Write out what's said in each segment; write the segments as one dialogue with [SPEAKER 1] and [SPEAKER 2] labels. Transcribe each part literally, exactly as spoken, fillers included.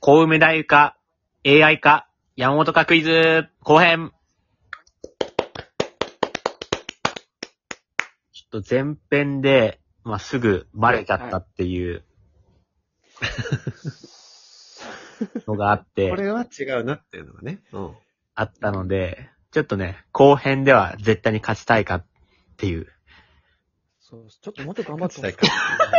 [SPEAKER 1] 小梅太夫か、エーアイ か、山本かクイズ、後編。ちょっと前編で、まあ、すぐバレちゃったっていうのがあって、
[SPEAKER 2] これは違うなっていうのがね、うん、
[SPEAKER 1] あったので、ちょっとね、後編では絶対に勝ちたいかっていう。
[SPEAKER 3] そう、ちょっともうちょっと頑張ってほしい。
[SPEAKER 2] 勝ち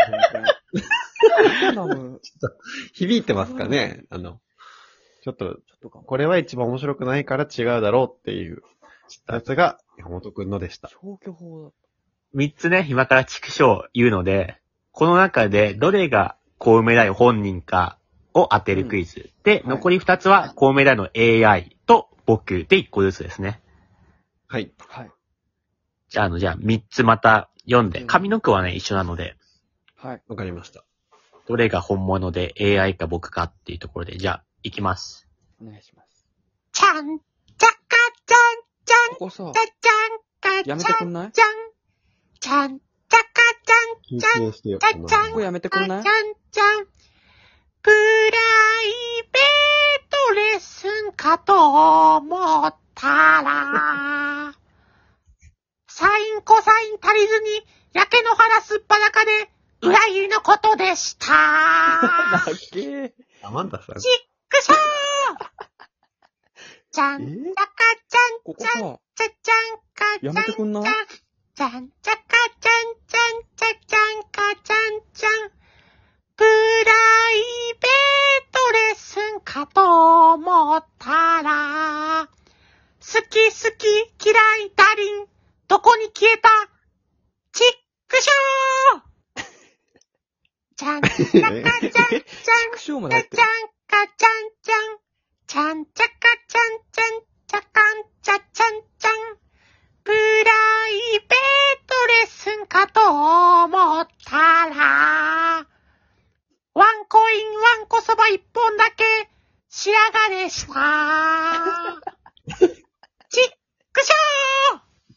[SPEAKER 3] ガンダム。
[SPEAKER 2] ちょっと、響いてますかねあの、ちょっと、
[SPEAKER 3] ちょっと頑張
[SPEAKER 2] これは一番面白くないから違うだろうっていうやつが山本くんのでした。
[SPEAKER 3] 消去法だっ
[SPEAKER 1] 三つね、今から畜生言うので、この中でどれが小梅太夫本人かを当てるクイズ。うん、で、はい、残り二つは小梅太夫の エーアイ と僕で一個ずつですね。
[SPEAKER 2] はい。
[SPEAKER 3] はい。
[SPEAKER 1] じゃあ、あの、じゃあ三つまた読んで、上の句はね、一緒なので。
[SPEAKER 3] はい。
[SPEAKER 2] わかりました。
[SPEAKER 1] どれが本物で エーアイ か僕かっていうところで、じゃあ、いきます。
[SPEAKER 3] お願いします。
[SPEAKER 4] ちゃん、ちゃかちゃん、ちゃん、
[SPEAKER 3] ここさ、
[SPEAKER 4] ちゃちゃんか、
[SPEAKER 3] やめてくんない？
[SPEAKER 4] ちゃん、ちゃん、ちゃかちゃん、ちゃん、ちゃちゃん、
[SPEAKER 3] ここやめてくんない？
[SPEAKER 4] ちゃん、ちゃん、プライベートレッスンかと思ったら、サインコサイン足りずに、焼け野原すっぱだかで、裏切りのことでした。
[SPEAKER 3] なげー。
[SPEAKER 2] アマンダさん。
[SPEAKER 4] ちっくしょーちゃん、ちゃかちゃん、ちゃん、ちゃちゃんか、
[SPEAKER 3] やめてくんない？
[SPEAKER 4] ちゃん、ちゃかちゃん、ちゃん、ちゃちゃんか、ちゃんちゃん。プライベートレッスンかと思ったら、好き好き嫌いダリン、どこに消えた？ちっくしょーちゃん、ちゃかちゃん、ちゃん、ちゃちゃんか、ちゃんちゃん。ちゃんちゃかちゃんちゃんちゃかんちゃちゃんちゃん。プライベートレッスンかと思ったら、ワンコインワンコそば一本だけ白髪でした。ちっくしょー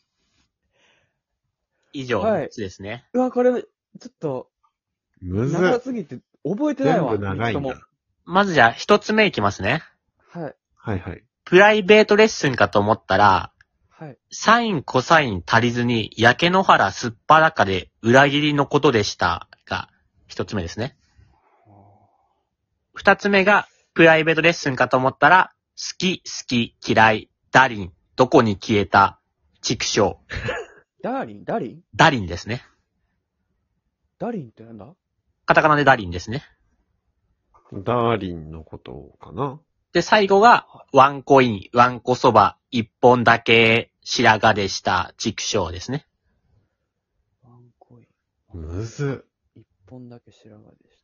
[SPEAKER 1] 以上みっつですね。
[SPEAKER 3] うわ、これ、ちょっと、
[SPEAKER 2] むず
[SPEAKER 3] 長すぎて覚えてないわ。
[SPEAKER 2] 全部長いんだ。
[SPEAKER 1] まずじゃあ一つ目いきますね。
[SPEAKER 3] はい。
[SPEAKER 2] はいはい。
[SPEAKER 1] プライベートレッスンかと思ったら、
[SPEAKER 3] はい。
[SPEAKER 1] サインコサイン足りずに焼け野原すっぱだかで裏切りのことでしたが一つ目ですね。二つ目がプライベートレッスンかと思ったら、好き好き嫌いダリンどこに消えた畜生。
[SPEAKER 3] ダーリンダリン
[SPEAKER 1] ダリンですね。
[SPEAKER 3] ダリンってなんだ？
[SPEAKER 1] カタカナでダリンですね。
[SPEAKER 2] ダーリンのことかな。
[SPEAKER 1] で、最後が、ワンコイン、ワンコそば、一本だけ白髪でした畜生ですね。
[SPEAKER 3] ワンコイン。
[SPEAKER 2] むず。
[SPEAKER 3] 一本だけ白髪でし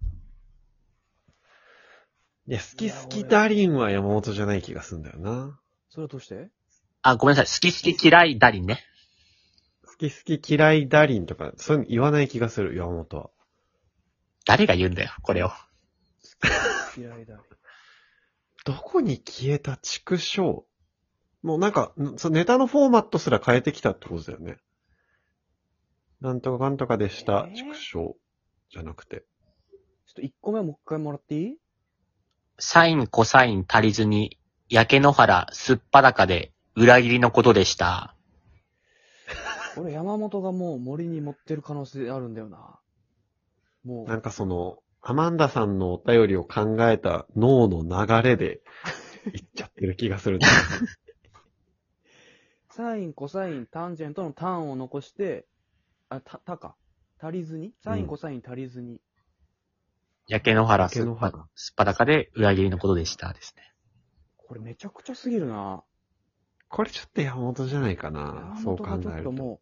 [SPEAKER 2] いや、好き好きダーリンは山本じゃない気がするんだよな。
[SPEAKER 3] た。それはどうして？
[SPEAKER 1] あ、ごめんなさい。好き好き嫌いダリンね。
[SPEAKER 2] 好き好き嫌いダーリンとか、そういうの言わない気がする、山本は。
[SPEAKER 1] 誰が言うんだよ、これを。
[SPEAKER 3] 嫌いダーリン。
[SPEAKER 2] どこに消えた畜生。もうなんか、そネタのフォーマットすら変えてきたってことだよね。なんとかかんとかでした、
[SPEAKER 3] えー
[SPEAKER 2] 畜生。じゃなくて。
[SPEAKER 3] ちょっと一個目もう一回もらっていい？
[SPEAKER 1] サインコサイン足りずに、焼け野原すっぱだかで裏切りのことでした。
[SPEAKER 3] 俺山本がもう森に持ってる可能性あるんだよな。もう。
[SPEAKER 2] なんかその、アマンダさんのお便りを考えた脳の流れで言っちゃってる気がするんだよね。
[SPEAKER 3] サイン、コサイン、タンジェントのタンを残して、あ、た、たか。足りずにサイン、コサイン足りずに。
[SPEAKER 1] 焼け野原すっぱ
[SPEAKER 2] 焼け野原
[SPEAKER 1] すっぱだかで裏切りのことでしたですね。
[SPEAKER 3] これめちゃくちゃすぎるな。
[SPEAKER 2] これちょっと山本じゃないかな。そう考
[SPEAKER 3] 山本がちょ
[SPEAKER 2] えると。
[SPEAKER 3] っとも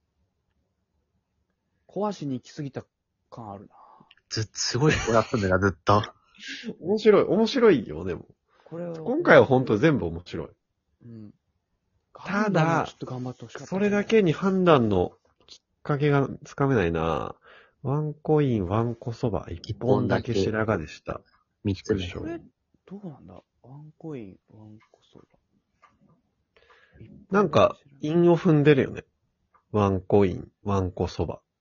[SPEAKER 3] う、壊しに行き過ぎた感あるな。
[SPEAKER 1] ず、すごいこうやったんだよな、ずっと。
[SPEAKER 2] 面白い、面白いよ、でも。
[SPEAKER 3] これは
[SPEAKER 2] 今回は本当全部面白い。
[SPEAKER 3] うん。
[SPEAKER 2] ただ
[SPEAKER 3] ちょっと頑張ってほしかった。
[SPEAKER 2] それだけに判断のきっかけがつかめないな。ワンコイン、ワンコそば、一本だけ白髪でした。
[SPEAKER 1] 三つ目。
[SPEAKER 3] これ、どうなんだ？ワンコイン、ワンコそば。
[SPEAKER 2] なんか、韻を踏んでるよね。ワンコイン、ワンコそば。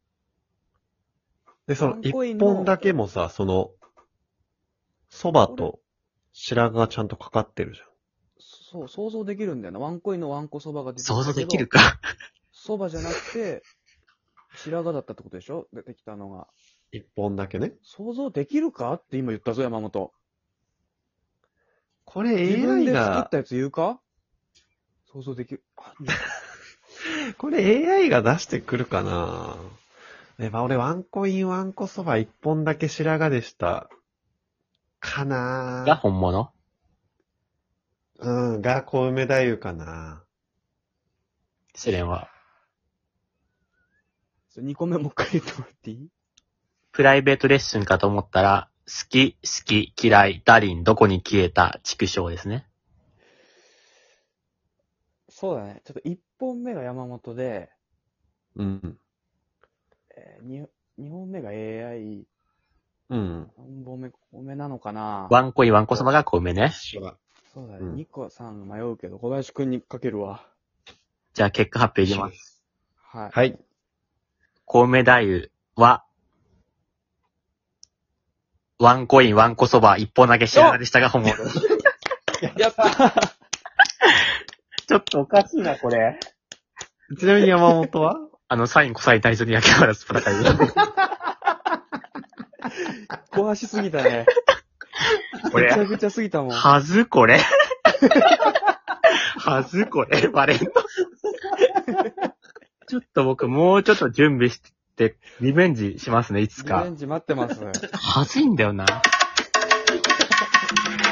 [SPEAKER 2] で、その一本だけもさ、その、そばと白髪がちゃんとかかってるじゃん。
[SPEAKER 3] そう、想像できるんだよな。ワンコインのワンコそばが出てきたけど
[SPEAKER 1] 想像できるか。
[SPEAKER 3] そばじゃなくて、白髪だったってことでしょ出てきたのが。
[SPEAKER 2] 一本だけね。
[SPEAKER 3] 想像できるかって今言ったぞ、山本。
[SPEAKER 2] これ
[SPEAKER 3] 自
[SPEAKER 2] エーア
[SPEAKER 3] 分
[SPEAKER 2] イ
[SPEAKER 3] で作っ
[SPEAKER 2] が、
[SPEAKER 3] たやつ言うか想像できる。あ
[SPEAKER 2] これ エーアイ が出してくるかなやっぱ俺ワンコインワンコそば一本だけ白髪でした。かな
[SPEAKER 1] が本物
[SPEAKER 2] うん、が小梅太夫かな
[SPEAKER 1] セレンは。
[SPEAKER 3] にこめもう一回言ってもらっていい
[SPEAKER 1] プライベートレッスンかと思ったら、好き、好き、嫌い、ダリン、どこに消えた、畜生ですね。
[SPEAKER 3] そうだね。ちょっといっぽんめが山本で、
[SPEAKER 2] うん。
[SPEAKER 3] えー、ににほんめが エーアイ、
[SPEAKER 2] うん。
[SPEAKER 3] さんぼんめ小梅なのかな
[SPEAKER 1] ワンコインワンコそばが小梅ね。
[SPEAKER 2] 一緒だ。
[SPEAKER 3] そうだね。
[SPEAKER 2] うん
[SPEAKER 3] にこさん迷うけど、小林くんにかけるわ。
[SPEAKER 1] じゃあ結果発表いきます。
[SPEAKER 3] はい。
[SPEAKER 2] はい。
[SPEAKER 1] 小梅太夫は、ワンコインワンコそば一本だけ白髪でしたが本物です。
[SPEAKER 3] やった
[SPEAKER 1] ちょっとおかしいな、これ。
[SPEAKER 2] ちなみに山本は
[SPEAKER 1] あの、サインコサイン対象に焼き払う戦い。
[SPEAKER 3] 壊しすぎたね。
[SPEAKER 1] これ
[SPEAKER 3] めちゃくちゃすぎたもん。
[SPEAKER 1] はずこれはずこれバレんのちょっと僕もうちょっと準備して、リベンジしますね、いつか
[SPEAKER 3] リベン。ジ待ってます。
[SPEAKER 1] はずいんだよな。